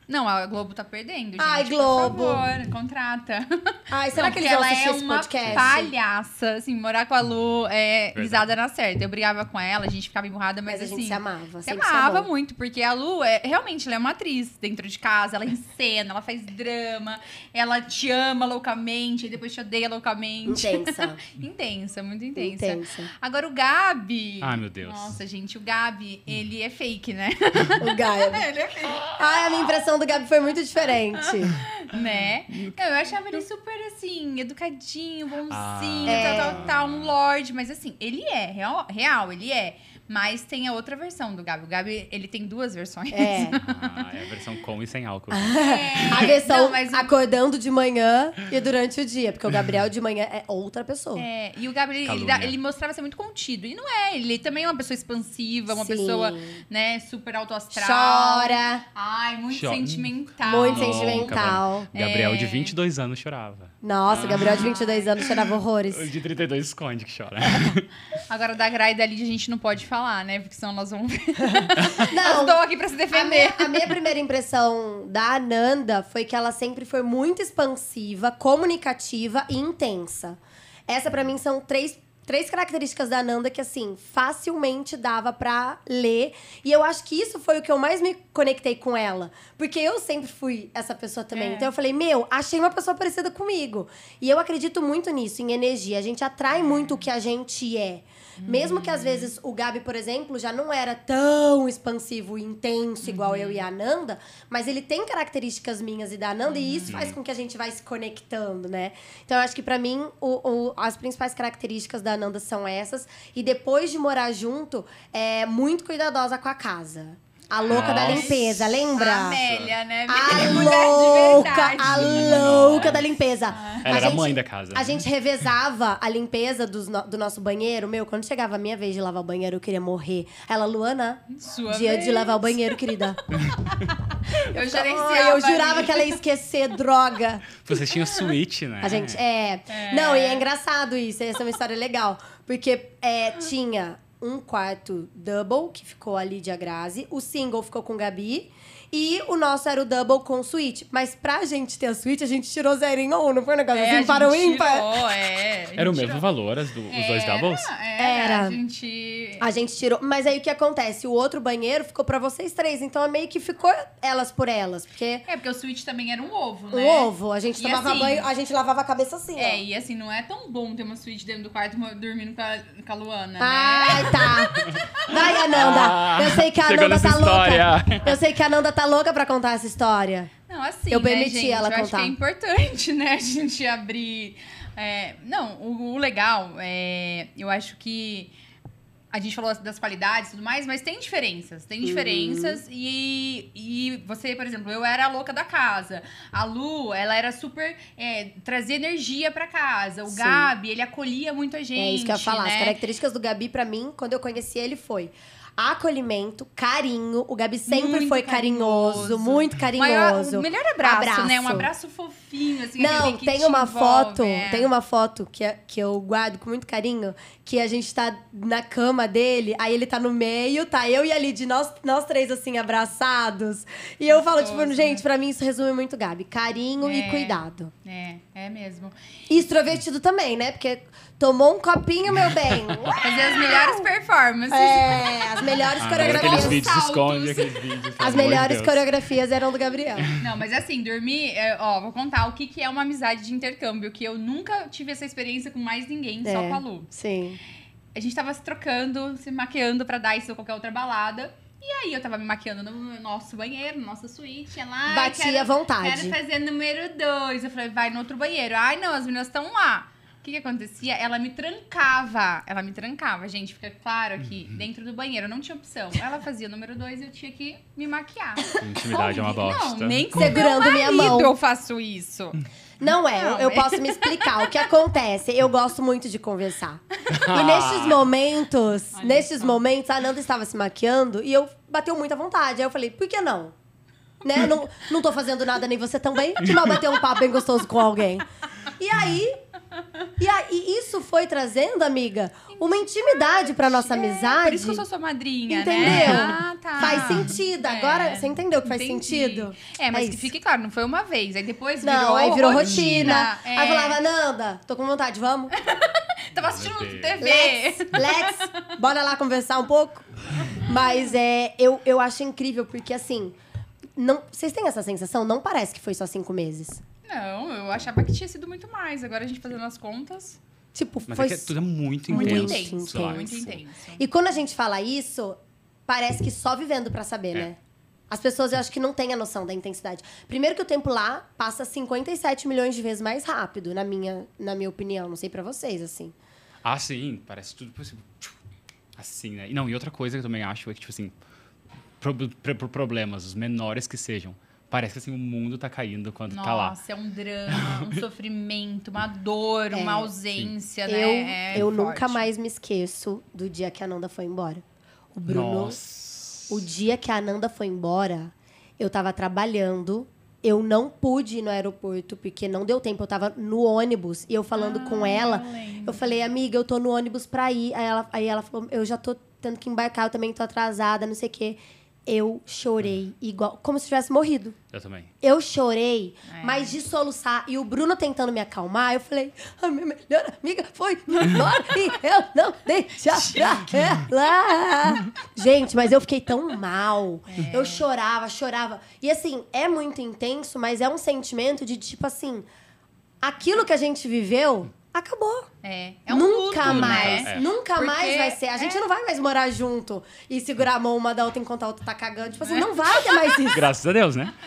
Não, a Globo tá perdendo, gente. Ai, Globo. Por favor, contrata. Ai, será Não, que eles porque vão ela assistir é esse uma podcast? palhaça. Assim, morar com a Lu é Verdade. risada na certa. Eu brigava com ela, a gente ficava emburrada, mas Mas a assim... gente se amava. Se sempre se amava amou. muito, porque a Lu, realmente, ela é uma atriz dentro de casa, ela encena, ela faz drama, ela te ama loucamente, e depois te odeia loucamente. Intensa. Intensa, muito intensa. Intensa. Agora o Gabi... Ai, meu Deus. Nossa, gente, o Gabi, ele é fake, né? O Gabi. Ele é fake. Ai, a minha impressão do Gabi foi muito diferente. Né? Não, eu achava ele super, assim, educadinho, bonzinho, Ah. tal, um lorde. Mas, assim, ele é, real, ele é. Mas tem a outra versão do Gabi. O Gabi, ele tem duas versões. É. É a versão com e sem álcool. A versão Não, mas o- acordando de manhã e durante o dia. Porque o Gabriel de manhã é outra pessoa. É, e o Gabi, Calúnia. ele mostrava ser muito contido. E não é, ele também é uma pessoa expansiva, uma Sim. pessoa, né, super alto astral. Chora. Ai, muito Chora. sentimental. Muito Louca, sentimental. Gabriel, de É. 22 anos, chorava. Nossa, o Gabriel de 22 anos chorava horrores. O de 32 esconde que chora. Agora, da Gra e da Lídia a gente não pode falar, né? Porque senão nós vamos ver. Não, Estou aqui pra se defender. a minha primeira impressão da Ananda foi que ela sempre foi muito expansiva, comunicativa e intensa. Essa, pra mim, são três características da Ananda que, assim, facilmente dava pra ler. E eu acho que isso foi o que eu mais me conectei com ela. Porque eu sempre fui essa pessoa também. É. Então eu falei, achei uma pessoa parecida comigo. E eu acredito muito nisso, em energia. A gente atrai muito o que a gente é. Mesmo que às vezes o Gabi, por exemplo, já não era tão expansivo e intenso igual eu e a Ananda, mas ele tem características minhas e da Ananda e isso faz com que a gente vai se conectando, né? Então eu acho que pra mim as principais características da Ananda são essas. E depois de morar junto, é muito cuidadosa com a casa. A louca da Nossa. limpeza, lembra? A Amélia, né? A Mulher de louca, verdade. a louca da limpeza. Ela era a mãe da casa. A gente revezava a limpeza do nosso banheiro. Meu, quando chegava a minha vez de lavar o banheiro, eu queria morrer. Ela, Luana, Sua dia vez. de lavar o banheiro, querida. Eu Ai, gerenciava. eu jurava ali. que ela ia esquecer, droga. Vocês tinham suíte, né? A gente, Não, e é engraçado isso. Essa é uma história legal. Porque tinha um quarto double, que ficou a Lídia Grazi. O single ficou com Gabi. E o nosso era o double com suíte. Mas pra gente ter a suíte, a gente tirou 0 em 1, não foi um negócio assim? Para o ímpar? Era o mesmo valor, os dois doubles? Era. A A gente tirou. Mas aí o que acontece? O outro banheiro ficou pra vocês três. Então meio que ficou elas por elas. Porque porque o suíte também era um ovo, um né? ovo, a gente E tomava assim- banho, a gente lavava a cabeça assim, ó. E assim, não é tão bom ter uma suíte dentro do quarto dormindo com a Luana, né? Ai, tá. Vai, Ananda. Eu sei que a chegou Ananda nessa tá história. louca. Eu sei que a Ananda tá louca pra contar essa história. Não, assim, Eu né, permiti gente? ela eu acho contar. que é importante, né, a gente abrir... não, o legal, eu acho que a gente falou das qualidades e tudo mais, mas tem diferenças. Tem diferenças e você, por exemplo, eu era a louca da casa. A Lu, ela era super... trazia energia pra casa. O Sim. Gabi, ele acolhia muito a gente, É isso que eu ia falar. né? As características do Gabi, pra mim, quando eu conheci ele, foi acolhimento, carinho. O Gabi sempre Muito foi carinhoso, muito carinhoso. O melhor abraço, né? Um abraço fofinho, assim. Não, aquele que tem te uma envolve, foto, tem uma foto que eu guardo com muito carinho, que a gente tá na cama dele, aí ele tá no meio, tá eu e a Lid, nós três assim, abraçados. E eu falo, tipo, Gostoso, gente, né? pra mim isso resume muito Gabi. Carinho e cuidado. É mesmo. E extrovertido também, né? Porque tomou um copinho, meu bem. Fazer as melhores performances. As melhores Aqueles coreografias. vídeos Saltos. esconde, aqueles vídeos. pelo As amor de melhores Deus. coreografias eram do Gabriel. Não, mas assim, dormir... vou contar o que é uma amizade de intercâmbio, que eu nunca tive essa experiência com mais ninguém, só com a Lu. Sim. A gente tava se trocando, se maquiando pra Dice ou qualquer outra balada. E aí eu tava me maquiando no nosso banheiro, na nossa suíte. Ela, Batia à vontade. Quero fazer número 2. Eu falei, vai no outro banheiro. Ai, não, as meninas estão lá. O que acontecia? Ela me trancava. Gente, fica claro aqui, dentro do banheiro. Não tinha opção. Ela fazia o número 2 e eu tinha que me maquiar. Intimidade é uma bosta. Não, nem com Segurando meu minha marido mão. eu faço isso. Não é, Não, eu é. posso me explicar. O que acontece? Eu gosto muito de conversar. E nestes momentos, a Nanda estava se maquiando e eu bateu muita vontade. Aí eu falei, por que não? Né? Não tô fazendo nada, nem você também. Que mal bater um papo bem gostoso com alguém. E aí, isso foi trazendo, amiga, uma intimidade pra nossa amizade. Por isso que eu sou sua madrinha, Entendeu? né? Ah, tá. Faz sentido. Agora, você entendeu que faz Entendi. sentido? Mas que isso. fique claro, não foi uma vez. Aí depois Não, aí virou rotina. É. Aí eu falava, Nanda, tô com vontade, vamos? Tava assistindo Meu Deus. TV. Let's, bora lá conversar um pouco? Mas eu acho incrível, porque assim, não, vocês têm essa sensação? Não parece que foi só 5 meses. Não, eu achava que tinha sido muito mais. Agora a gente fazendo as contas. Tipo, Mas foi... é que tudo é muito Muito intenso. intenso. lá. Muito intenso. E quando a gente fala isso, parece que só vivendo pra saber, né? As pessoas, eu acho que não têm a noção da intensidade. Primeiro que o tempo lá passa 57 milhões de vezes mais rápido, na minha opinião. Não sei pra vocês, assim. Ah, sim. Parece tudo assim, né? E não, e outra coisa que eu também acho é que, tipo assim, por problemas, os menores que sejam, parece que assim, o mundo tá caindo quando tá lá. Nossa, é um drama, um sofrimento, uma dor, uma ausência, Eu, né? eu É nunca forte. mais me esqueço do dia que a Nanda foi embora. O Bruno... Nossa. O dia que a Nanda foi embora, eu tava trabalhando. Eu não pude ir no aeroporto, porque não deu tempo. Eu tava no ônibus. E eu falando com ela, eu lembro. eu falei, amiga, eu tô no ônibus pra ir. Aí ela falou, eu já tô tendo que embarcar, eu também tô atrasada, não sei o quê. Eu chorei igual, como se tivesse morrido. Eu também. Eu chorei, mas de soluçar. E o Bruno tentando me acalmar, eu falei, a minha melhor amiga foi embora e eu não deixar pra ela. Gente, mas eu fiquei tão mal. Eu chorava. E assim, é muito intenso, mas é um sentimento de tipo assim, aquilo que a gente viveu, acabou. É um Nunca luto, mais. né? Nunca Porque mais vai ser. A gente não vai mais morar junto e segurar a mão uma da outra enquanto a outra tá cagando. Tipo assim, não vai ter mais isso. Graças a Deus, né?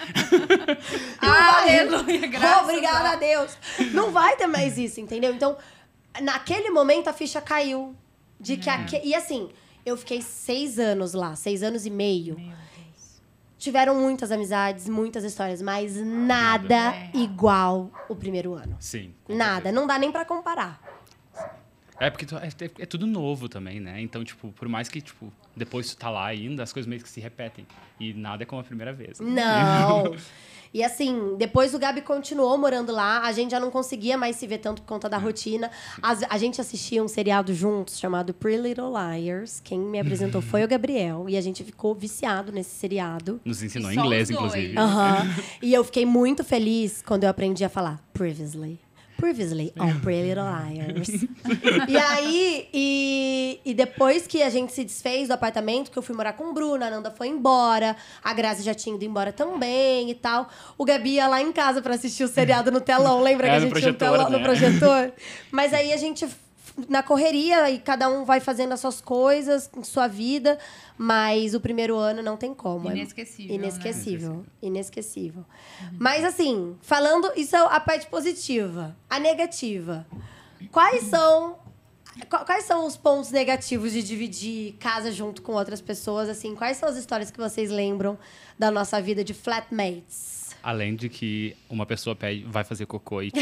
Aleluia, graças Obrigada a Deus. Não vai ter mais isso, entendeu? Então, naquele momento, a ficha caiu. De que E assim, eu fiquei 6 anos lá, 6 anos e meio. Meu Deus. Tiveram muitas amizades, muitas histórias, mas nada igual o primeiro ano. Sim. com Nada. certeza. Não dá nem pra comparar. É porque é tudo novo também, né? Então, tipo, por mais que, tipo, depois tu tá lá ainda, as coisas meio que se repetem. E nada é como a primeira vez. Não. E assim, depois o Gabi continuou morando lá. A gente já não conseguia mais se ver tanto por conta da rotina. A gente assistia um seriado juntos chamado Pretty Little Liars. Quem me apresentou foi o Gabriel. E a gente ficou viciado nesse seriado. Nos ensinou E só inglês, os dois. inclusive. Aham. E eu fiquei muito feliz quando eu aprendi a falar previously on Pretty Little Liars. E aí, e depois que a gente se desfez do apartamento, que eu fui morar com o Bruno, a Nanda foi embora, a Grazi já tinha ido embora também e tal. O Gabi ia lá em casa pra assistir o seriado no telão. Lembra que a no gente tinha um projetor, telão no né? projetor? Mas aí a gente, na correria, e cada um vai fazendo as suas coisas, sua vida. Mas o primeiro ano não tem como. Inesquecível, Inesquecível. Inesquecível. Mas assim, falando, isso é a parte positiva. A negativa. Quais são os pontos negativos de dividir casa junto com outras pessoas? Assim, quais são as histórias que vocês lembram da nossa vida de flatmates? Além de que uma pessoa vai fazer cocô e...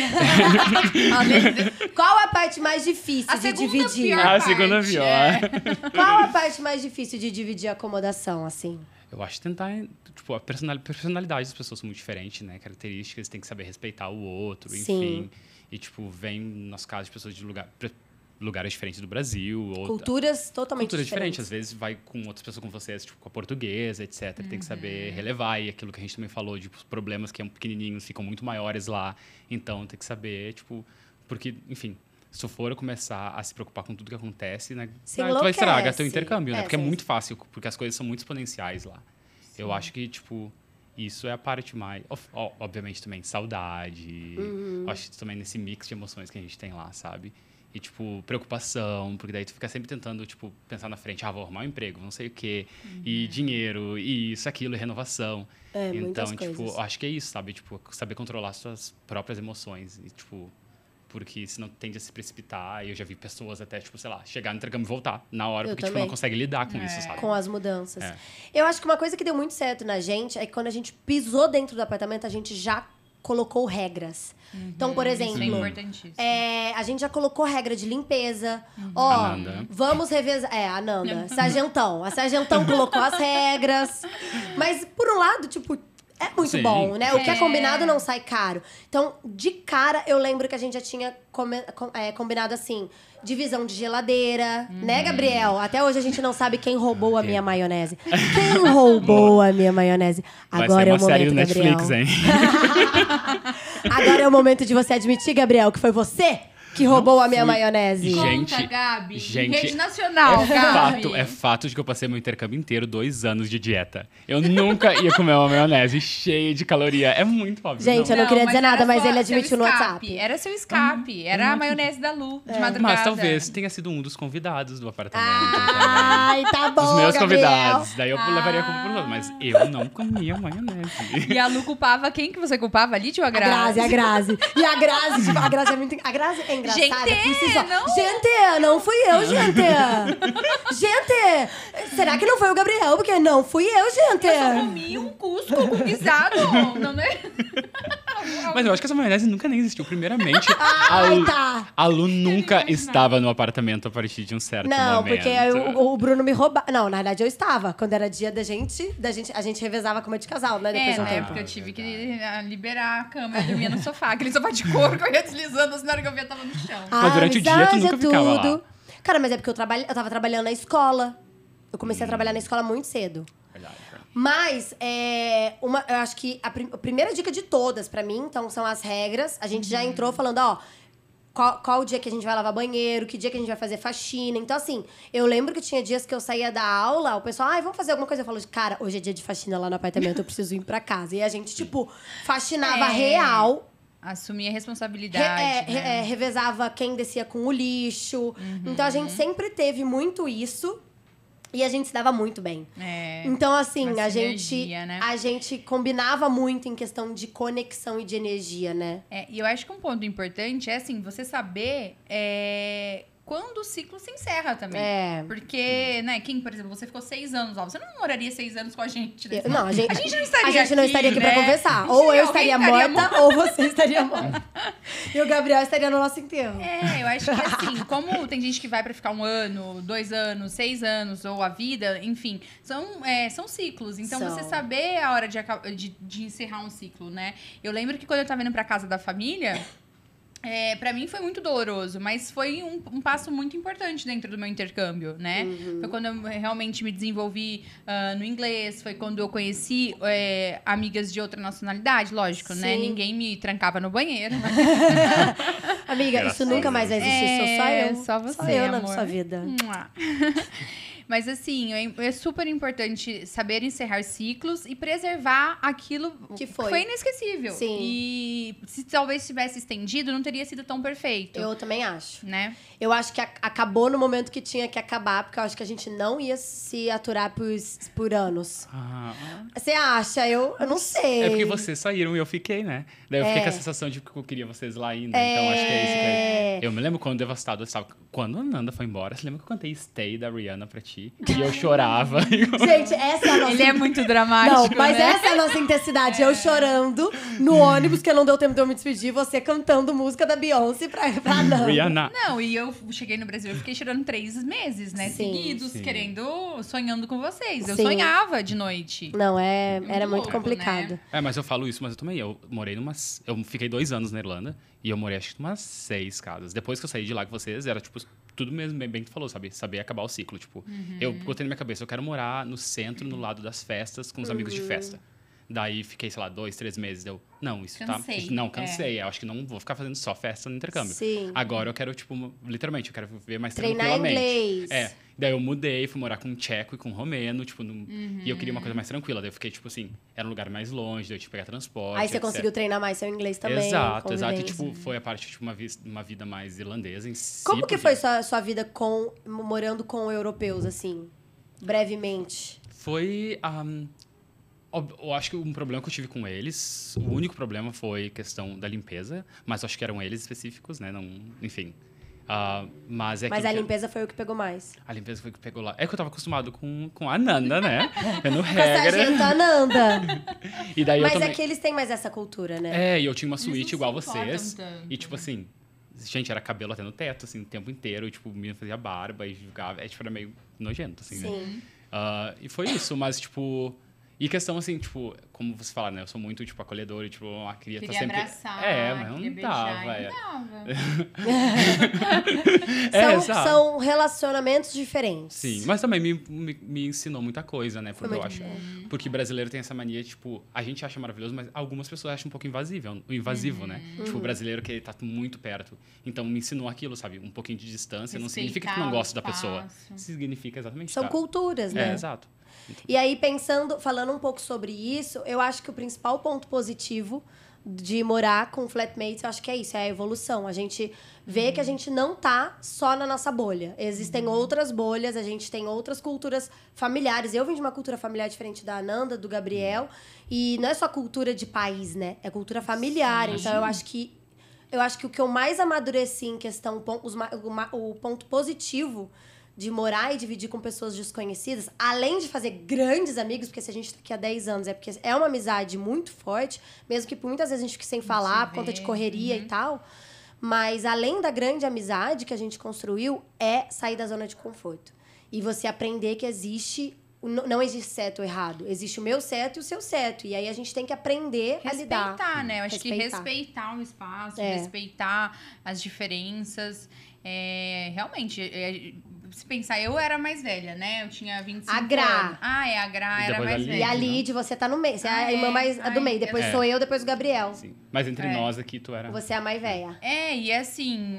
Qual a parte mais difícil A de segunda dividir? pior A segunda parte, pior. Qual a parte mais difícil de dividir a acomodação, assim? Eu acho que tentar... Tipo, a personalidade das pessoas são muito diferentes, né? Características, tem que saber respeitar o outro, Sim. enfim. E, tipo, vem, nos casos, de pessoas de lugares diferentes do Brasil. Ou Culturas totalmente culturas diferentes. diferentes. Às vezes vai com outras pessoas com vocês, tipo, com a portuguesa, etc. Tem que saber relevar. E aquilo que a gente também falou, de os problemas que são pequenininhos ficam muito maiores lá. Então, tem que saber, tipo... Porque, enfim... Se eu for começar a se preocupar com tudo que acontece, né, Se tu vai enlouquece. estragar teu intercâmbio, né? Porque é sim. muito fácil, porque as coisas são muito exponenciais lá. Eu acho que, tipo, isso é a parte mais... Obviamente também saudade. Acho que também nesse mix de emoções que a gente tem lá, sabe? E, tipo, preocupação, porque daí tu fica sempre tentando, tipo, pensar na frente. Ah, vou arrumar um emprego, não sei o quê. E dinheiro, e isso, aquilo, e renovação. Muitas Então, tipo, coisas. eu acho que é isso, sabe? Tipo, saber controlar suas próprias emoções. E, tipo... Porque senão tende a se precipitar. E eu já vi pessoas até, tipo, sei lá, chegar no intercâmbio e voltar na hora. Eu Porque, tipo, também. não consegue lidar com isso, sabe? Com as mudanças. É. Eu acho que uma coisa que deu muito certo na gente é que quando a gente pisou dentro do apartamento, a gente já colocou regras. Então, por exemplo, Isso é importantíssimo. a gente já colocou regra de limpeza. Ó, Ananda. vamos revezar. A Nanda. Sargentão. A Sargentão colocou as regras. Mas, por um lado, tipo, é muito Sim. bom, né? O que é É. combinado não sai caro. Então, de cara, eu lembro que a gente já tinha combinado assim, divisão de geladeira, né, Gabriel? Até hoje a gente não sabe quem roubou a minha maionese. Quem roubou a minha maionese? Vai Agora ser é uma o série momento, do Gabriel. Netflix, hein? Agora é o momento de você admitir, Gabriel, que foi você que roubou a minha fui. maionese. Gente, Conta, Gabi. gente, Rede nacional, Gabi. É fato de que eu passei meu intercâmbio inteiro 2 anos de dieta. Eu nunca ia comer uma maionese cheia de caloria. É muito óbvio. Gente, eu não queria dizer era nada, mas ele seu admitiu no escape. WhatsApp. Era seu escape. Era a maionese da Lu, de madrugada. Mas talvez tenha sido um dos convidados do apartamento. Ai, tá bom, Dos meus Gabriel. convidados. Daí eu levaria como produto. Mas eu não comia maionese. E a Lu culpava quem que você culpava? A Lídia ou a A Grazi? Grazi. E a Grazi, tipo, a Grazi é muito... A Grazi é engraçada. Gente, por si só. não. Gente, não fui eu, gente. Gente, será que não foi o Gabriel? Porque não fui eu, gente. Eu só comi um cusco com guisado. Não é? Mas eu acho que essa maionese nunca nem existiu. Primeiramente, Ai, tá. a Lu nunca estava no apartamento a partir de um certo Não, momento. porque o Bruno me roubava. Não, na verdade eu estava. Quando era dia da gente a gente revezava cama de casal, né? Depois de um Na tempo. época eu tive que liberar a cama, eu dormia no sofá. Aquele sofá de couro que eu ia deslizando, assim, na hora que eu via, tava no chão. Mas durante o dia tu nunca ficava lá. Cara, mas é porque eu tava trabalhando na escola. Eu comecei a trabalhar na escola muito cedo. Verdade. Mas, eu acho que a primeira dica de todas pra mim, então, são as regras. A gente já entrou falando, ó, qual o dia que a gente vai lavar banheiro, que dia que a gente vai fazer faxina. Então, assim, eu lembro que tinha dias que eu saía da aula, o pessoal, vamos fazer alguma coisa. Eu falo, cara, hoje é dia de faxina lá no apartamento, eu preciso ir pra casa. E a gente, tipo, faxinava real. Assumir a responsabilidade. Né? Revezava quem descia com o lixo. Então, a gente sempre teve muito isso. E a gente se dava muito bem. Então, assim, uma a sinergia, né? gente combinava muito em questão de conexão e de energia, né? E eu acho que um ponto importante é, assim, você saber quando o ciclo se encerra também. Porque, né, quem, por exemplo, você ficou 6 anos lá, você não moraria 6 anos com a gente, né? Não, a gente não estaria a gente não estaria aqui né? pra conversar. Ou eu alguém estaria morta, ou você estaria morta. E o Gabriel estaria no nosso enterro. Eu acho que assim, como tem gente que vai pra ficar 1 ano, 2 anos, 6 anos, ou a vida, enfim, são ciclos. Então, você saber a hora de encerrar um ciclo, né? Eu lembro que quando eu tava indo pra casa da família, pra mim foi muito doloroso, mas foi um passo muito importante dentro do meu intercâmbio, né? Foi quando eu realmente me desenvolvi no inglês, foi quando eu conheci amigas de outra nacionalidade, lógico, né? Ninguém me trancava no banheiro. Amiga, isso nunca mais vai existir, sou só eu. Só você, Só eu na amor. sua vida. Mas assim, é super importante saber encerrar ciclos e preservar aquilo que foi inesquecível. Sim. E se talvez tivesse estendido, não teria sido tão perfeito. Eu também acho. Né? Eu acho que acabou no momento que tinha que acabar, porque eu acho que a gente não ia se aturar por anos. Você acha? Eu não sei. É porque vocês saíram e eu fiquei, né? Daí eu fiquei com a sensação de que eu queria vocês lá ainda. Então acho que é isso que é. Eu me lembro quando devastado eu estava. Quando a Nanda foi embora, você lembra que eu cantei Stay da Rihanna pra ti? E eu chorava. Gente, essa é a nossa... Ele é muito dramático, Não, mas né? essa é a nossa intensidade. Eu chorando no ônibus, que não deu tempo de eu me despedir, você cantando música da Beyoncé pra Nanda. Rihanna. Não, e eu cheguei no Brasil, eu fiquei chorando 3 meses, né? Sim. Seguidos, sonhando com vocês. Eu Sim. sonhava de noite. Não, era muito louco, complicado. né? Mas eu falo isso, mas eu também. Eu morei eu fiquei 2 anos na Irlanda e eu morei acho que umas 6 casas. Depois que eu saí de lá com vocês, era tipo tudo mesmo bem que tu falou, sabe? Saber acabar o ciclo. Tipo, eu botei na minha cabeça, eu quero morar no centro, no lado das festas, com os amigos de festa. Daí fiquei, sei lá, 2, 3 meses. Não, isso Cansei. tá. Não, cansei. Eu acho que não vou ficar fazendo só festa no intercâmbio. Sim. Agora eu quero, tipo, literalmente, eu quero viver mais Treinar tranquilamente. inglês. Daí eu mudei, fui morar com um tcheco e com um romeno, tipo, e eu queria uma coisa mais tranquila. Daí eu fiquei, tipo assim, era um lugar mais longe, daí eu tinha que pegar transporte. Aí você etc. conseguiu treinar mais seu inglês também. Exato. E, convivência. tipo, foi a parte, tipo, uma vida mais irlandesa em si. Como que porque foi sua vida morando com europeus, assim? Brevemente. Foi. Eu acho que um problema que eu tive com eles, o único problema foi questão da limpeza, mas eu acho que eram eles específicos, né? Não, enfim. Mas a limpeza foi o que pegou mais. A limpeza foi o que pegou lá. É que eu tava acostumado com a Nanda, né? Vendo Com regra. essa gente Nanda. E daí Mas eu também... é que eles têm mais essa cultura, né? E eu tinha uma suíte igual não se importam vocês. tanto, E, tipo assim, gente, era cabelo até no teto, assim, o tempo inteiro. E, tipo, o menino fazia barba e jogava. Tipo, era meio nojento, assim, né? Sim. E foi isso, mas, tipo... E questão, assim, tipo, como você fala, né? Eu sou muito, tipo, acolhedor e, tipo, a cria tá Queria sempre... abraçar, mas não queria dava, beijar, não dava. exato. São relacionamentos diferentes. Sim, mas também me ensinou muita coisa, né? Porque eu muito acho... Porque brasileiro tem essa mania, tipo... A gente acha maravilhoso, mas algumas pessoas acham um pouco invasivo, né? Tipo, o brasileiro que tá muito perto. Então, me ensinou aquilo, sabe? Um pouquinho de distância. Não significa que não gosto da pessoa. Significa exatamente... São culturas, né? Exato. E aí, falando um pouco sobre isso, eu acho que o principal ponto positivo de morar com flatmates, eu acho que é isso, é a evolução. A gente vê que a gente não tá só na nossa bolha. Existem outras bolhas, a gente tem outras culturas familiares. Eu vim de uma cultura familiar diferente da Ananda, do Gabriel, e não é só cultura de país, né? É cultura familiar. Sim. Então, eu acho que o que eu mais amadureci em questão, o ponto positivo de morar e dividir com pessoas desconhecidas, além de fazer grandes amigos, porque se a gente tá aqui há 10 anos, é porque é uma amizade muito forte, mesmo que por muitas vezes a gente fique sem falar, por conta de correria e tal. Mas além da grande amizade que a gente construiu, é sair da zona de conforto. E você aprender que não existe certo ou errado. Existe o meu certo e o seu certo. E aí a gente tem que aprender a lidar. Respeitar, né? Eu acho que respeitar o espaço, respeitar as diferenças. Realmente, se pensar, eu era mais velha, né? Eu tinha 25 anos. A Gra era mais velha. E a Lid, você tá no meio. Você é a irmã mais do meio. Depois sou eu, depois o Gabriel. Sim. Mas entre nós aqui, tu era... Você é a mais velha. E assim,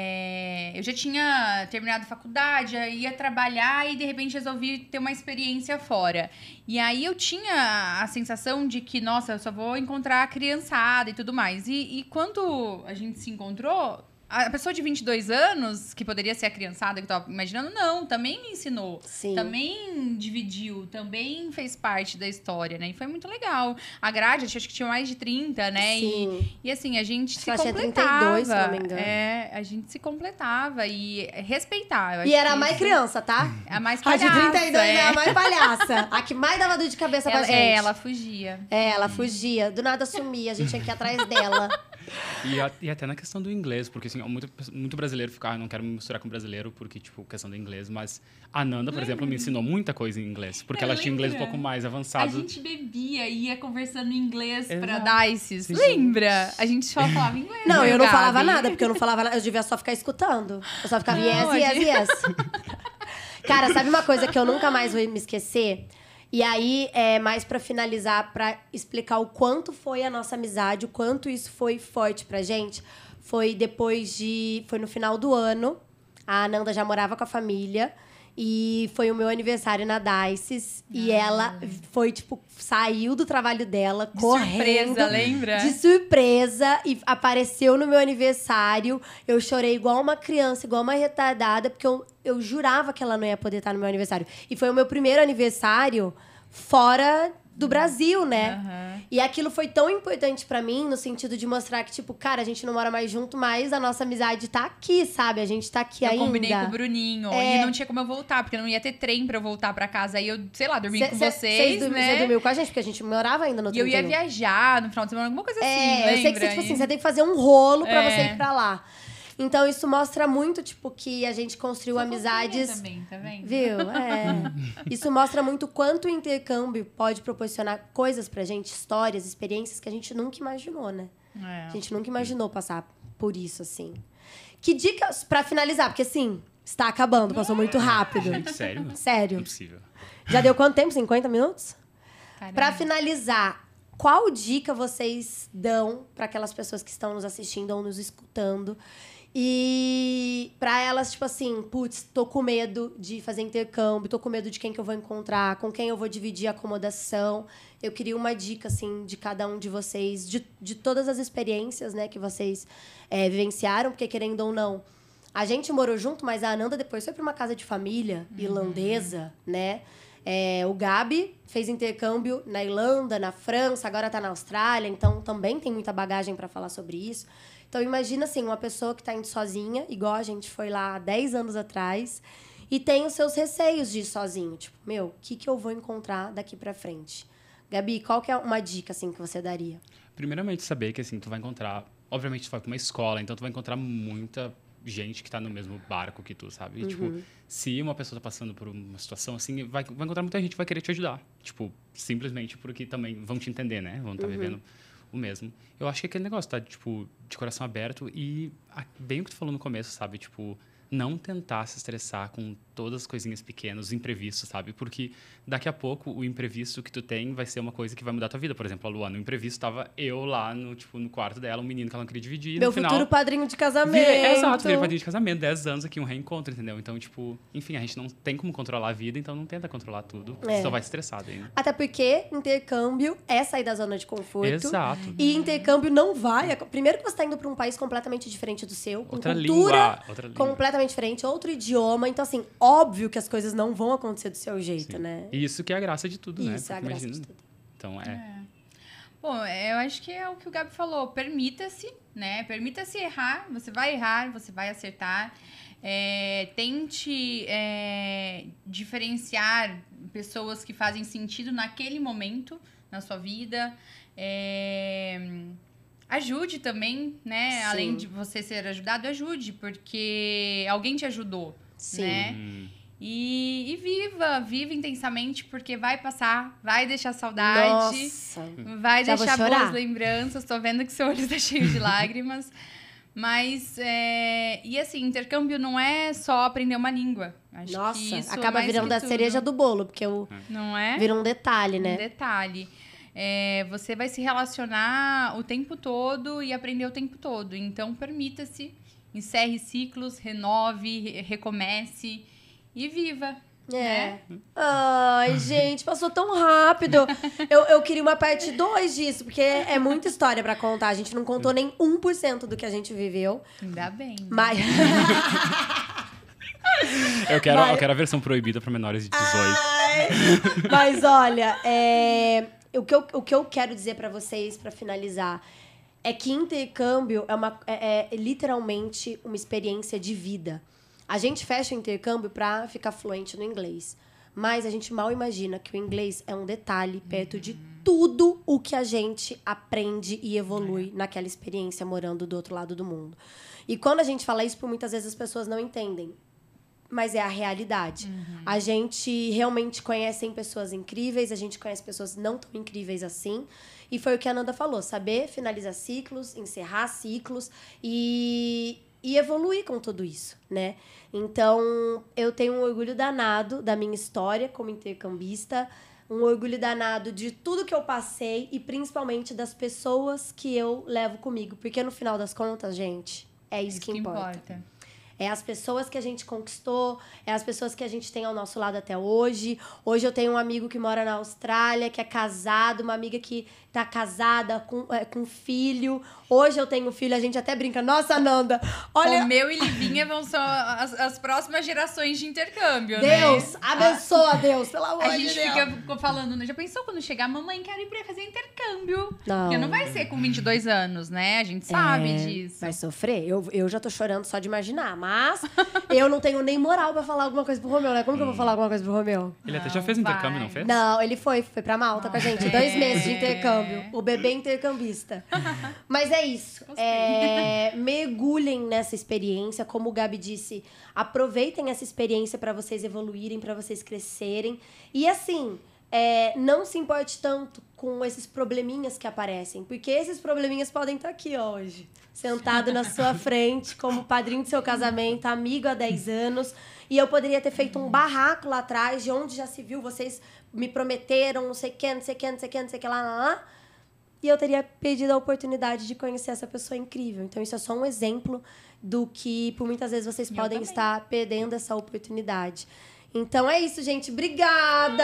eu já tinha terminado faculdade, ia trabalhar e de repente resolvi ter uma experiência fora. E aí eu tinha a sensação de que, nossa, eu só vou encontrar a criançada e tudo mais. E quando a gente se encontrou... A pessoa de 22 anos, que poderia ser a criançada que eu tava imaginando, não, também me ensinou. Sim. Também dividiu, também fez parte da história, né? E foi muito legal. A Grade, acho que tinha mais de 30, né? Sim. E assim, a gente se tinha completava. 32, se não me engano. A gente se completava e respeitava. E era a mais criança, tá? A mais A palhaça. de 32 é a mais palhaça. A que mais dava dor de cabeça pra gente. Ela fugia. Ela fugia. Do nada sumia, a gente tinha que ir atrás dela. E até na questão do inglês, porque assim, muito brasileiro fica, não quero me misturar com brasileiro, porque, tipo, questão do inglês, mas a Nanda, por exemplo, me ensinou muita coisa em inglês, porque ela tinha inglês um pouco mais avançado. A gente bebia e ia conversando em inglês pra Dices. Sim. Lembra? A gente só falava inglês. Não, eu não Gabi? falava nada, porque eu não falava nada. Eu devia só ficar escutando. Eu só ficava yes. Cara, sabe uma coisa que eu nunca mais vou me esquecer? E aí, mais pra finalizar, pra explicar o quanto foi a nossa amizade, o quanto isso foi forte pra gente, foi no final do ano. A Ananda já morava com a família. E foi o meu aniversário na Dices. E ela foi, tipo, saiu do trabalho dela, correndo. Surpresa, lembra? De surpresa. E apareceu no meu aniversário. Eu chorei igual uma criança, igual uma retardada, porque eu jurava que ela não ia poder estar no meu aniversário. E foi o meu primeiro aniversário fora do Brasil, né? E aquilo foi tão importante pra mim, no sentido de mostrar que, tipo, cara, a gente não mora mais junto, mas a nossa amizade tá aqui, sabe? A gente tá aqui ainda. Eu combinei com o Bruninho. E não tinha como eu voltar, porque não ia ter trem pra eu voltar pra casa. Aí eu, sei lá, dormi com vocês, né? Você dormiu com a gente, porque a gente morava ainda no 31. E eu ia viajar no final de semana, alguma coisa assim, lembra? Eu sei que você, tipo assim, você tem que fazer um rolo pra você ir pra lá. Então, isso mostra muito, tipo, que a gente construiu amizades... também, tá vendo? Viu? Isso mostra muito quanto o intercâmbio pode proporcionar coisas pra gente, histórias, experiências que a gente nunca imaginou, né? A gente nunca imaginou passar por isso, assim. Que dicas pra finalizar? Porque, assim, está acabando, passou muito rápido. Gente, sério? Sério. Impossível. Já deu quanto tempo? 50 minutos? Caramba. Pra finalizar, qual dica vocês dão pra aquelas pessoas que estão nos assistindo ou nos escutando? E pra elas, tipo assim, putz, tô com medo de fazer intercâmbio, tô com medo de quem que eu vou encontrar, com quem eu vou dividir a acomodação. Eu queria uma dica, assim, de cada um de vocês, de todas as experiências, né, que vocês vivenciaram, porque querendo ou não, a gente morou junto, mas a Ananda depois foi pra uma casa de família irlandesa, né? O Gabi fez intercâmbio na Irlanda, na França, agora tá na Austrália, então também tem muita bagagem pra falar sobre isso. Então, imagina, assim, uma pessoa que tá indo sozinha, igual a gente foi lá há 10 anos atrás, e tem os seus receios de ir sozinho. Tipo, o que eu vou encontrar daqui pra frente? Gabi, qual que é uma dica, assim, que você daria? Primeiramente, saber que, assim, tu vai encontrar... Obviamente, tu vai pra uma escola, então tu vai encontrar muita gente que tá no mesmo barco que tu, sabe? E, tipo, se uma pessoa tá passando por uma situação assim, vai encontrar muita gente que vai querer te ajudar. Tipo, simplesmente porque também vão te entender, né? Vão estar vivendo o mesmo. Eu acho que aquele negócio tá, tipo, de coração aberto e bem o que tu falou no começo, sabe? Tipo, não tentar se estressar com todas as coisinhas pequenas, os imprevistos, sabe? Porque daqui a pouco o imprevisto que tu tem vai ser uma coisa que vai mudar a tua vida. Por exemplo, a Luana, o imprevisto tava eu lá no quarto dela, um menino que ela não queria dividir. Meu no final, futuro padrinho de casamento. Exato, virei padrinho de casamento, 10 anos aqui, um reencontro, entendeu? Então, tipo, enfim, a gente não tem como controlar a vida, então não tenta controlar tudo. Só vai estressado ainda. Até porque intercâmbio é sair da zona de conforto. Exato. E intercâmbio não vai... Primeiro que você está indo para um país completamente diferente do seu, com Outra cultura língua. completamente diferente, outro idioma. Então, assim, óbvio que as coisas não vão acontecer do seu jeito, né? E isso que é a graça de tudo, né? Isso é a Porque graça imagina. de tudo. Então, Bom, eu acho que é o que o Gabi falou. Permita-se, né? Permita-se errar. Você vai acertar. Tente diferenciar pessoas que fazem sentido naquele momento na sua vida. Ajude também, né? Sim. Além de você ser ajudado, ajude, porque alguém te ajudou, Sim. né? E viva intensamente, porque vai passar, vai deixar saudade, Nossa. vai Já vou deixar chorar. boas lembranças. Tô vendo que seu olho tá cheio de lágrimas. Mas, e assim, intercâmbio não é só aprender uma língua. Acho Nossa, que isso acaba mais virando que a tudo. cereja do bolo, porque Não é? vira um detalhe, Um né? detalhe. Você vai se relacionar o tempo todo e aprender o tempo todo. Então, permita-se, encerre ciclos, renove, recomece e viva. Né? Ai, gente, passou tão rápido. Eu queria uma parte 2 disso, porque é muita história pra contar. A gente não contou nem 1% do que a gente viveu. Ainda bem. Né? Mas... Eu quero a versão proibida para menores de 18. Mas olha, o que eu quero dizer pra vocês, pra finalizar, é que intercâmbio é literalmente uma experiência de vida. A gente fecha o intercâmbio pra ficar fluente no inglês. Mas a gente mal imagina que o inglês é um detalhe perto de tudo o que a gente aprende e evolui naquela experiência morando do outro lado do mundo. E quando a gente fala isso, por muitas vezes as pessoas não entendem. Mas é a realidade. A gente realmente conhece pessoas incríveis, a gente conhece pessoas não tão incríveis assim. E foi o que a Nanda falou, saber finalizar ciclos, encerrar ciclos e evoluir com tudo isso, né? Então, eu tenho um orgulho danado da minha história como intercambista, um orgulho danado de tudo que eu passei e principalmente das pessoas que eu levo comigo. Porque no final das contas, gente, é isso que importa. É as pessoas que a gente conquistou, é as pessoas que a gente tem ao nosso lado até hoje. Hoje eu tenho um amigo que mora na Austrália, que é casado, uma amiga que tá casada com filho. Hoje eu tenho filho, a gente até brinca. Nossa, Nanda, olha... O meu e Livinha vão ser as próximas gerações de intercâmbio, Deus, né? abençoa, Deus, pelo amor A de gente Deus. fica falando, né? Já pensou quando chegar, mamãe, quero ir pra fazer intercâmbio? Não. Porque não vai ser com 22 anos, né? A gente sabe disso. Vai sofrer. Eu já tô chorando só de imaginar. Mas eu não tenho nem moral pra falar alguma coisa pro Romeu, né? Como que eu vou falar alguma coisa pro Romeu? Ele até já fez intercâmbio, não fez? Não, ele foi pra Malta com a gente. 2 meses de intercâmbio. O bebê intercambista. Mas é isso. Mergulhem nessa experiência. Como o Gabi disse, aproveitem essa experiência pra vocês evoluírem, pra vocês crescerem. E assim... não se importe tanto com esses probleminhas que aparecem, porque esses probleminhas podem estar aqui hoje, sentado na sua frente, como padrinho do seu casamento, amigo há 10 anos, e eu poderia ter feito um barraco lá atrás, de onde já se viu, vocês me prometeram, não sei o que, não sei o que, não sei o que, não sei o que lá, e eu teria perdido a oportunidade de conhecer essa pessoa incrível. Então, isso é só um exemplo do que, por muitas vezes, vocês podem estar perdendo essa oportunidade. Então é isso, gente. Obrigada!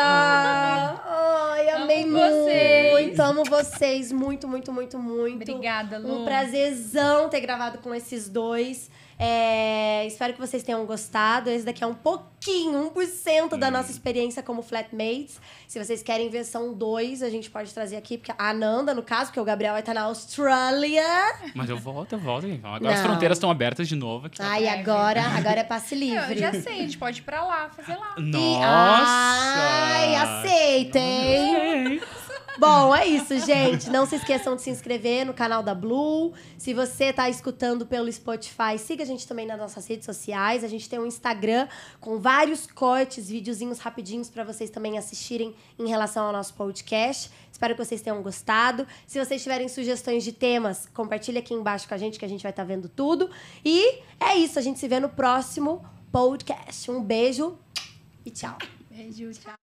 Ai, amei muito. Amo vocês muito, muito, muito, muito. Obrigada, Lu. Um prazerzão ter gravado com esses dois. Espero que vocês tenham gostado. Esse daqui é um pouquinho, 1% da nossa experiência como flatmates. Se vocês querem versão 2, a gente pode trazer aqui. Porque a Ananda, no caso, porque o Gabriel vai estar na Austrália. Mas eu volto. Agora as fronteiras estão abertas de novo. Aqui. Ai, agora é passe livre. Eu já sei, a gente pode ir pra lá, fazer lá. Nossa! Ai, aceitem! Bom, é isso, gente. Não se esqueçam de se inscrever no canal da Blue. Se você tá escutando pelo Spotify, siga a gente também nas nossas redes sociais. A gente tem um Instagram com vários cortes, videozinhos rapidinhos pra vocês também assistirem em relação ao nosso podcast. Espero que vocês tenham gostado. Se vocês tiverem sugestões de temas, compartilha aqui embaixo com a gente, que a gente vai estar vendo tudo. E é isso, a gente se vê no próximo podcast. Um beijo e tchau. Beijo, tchau.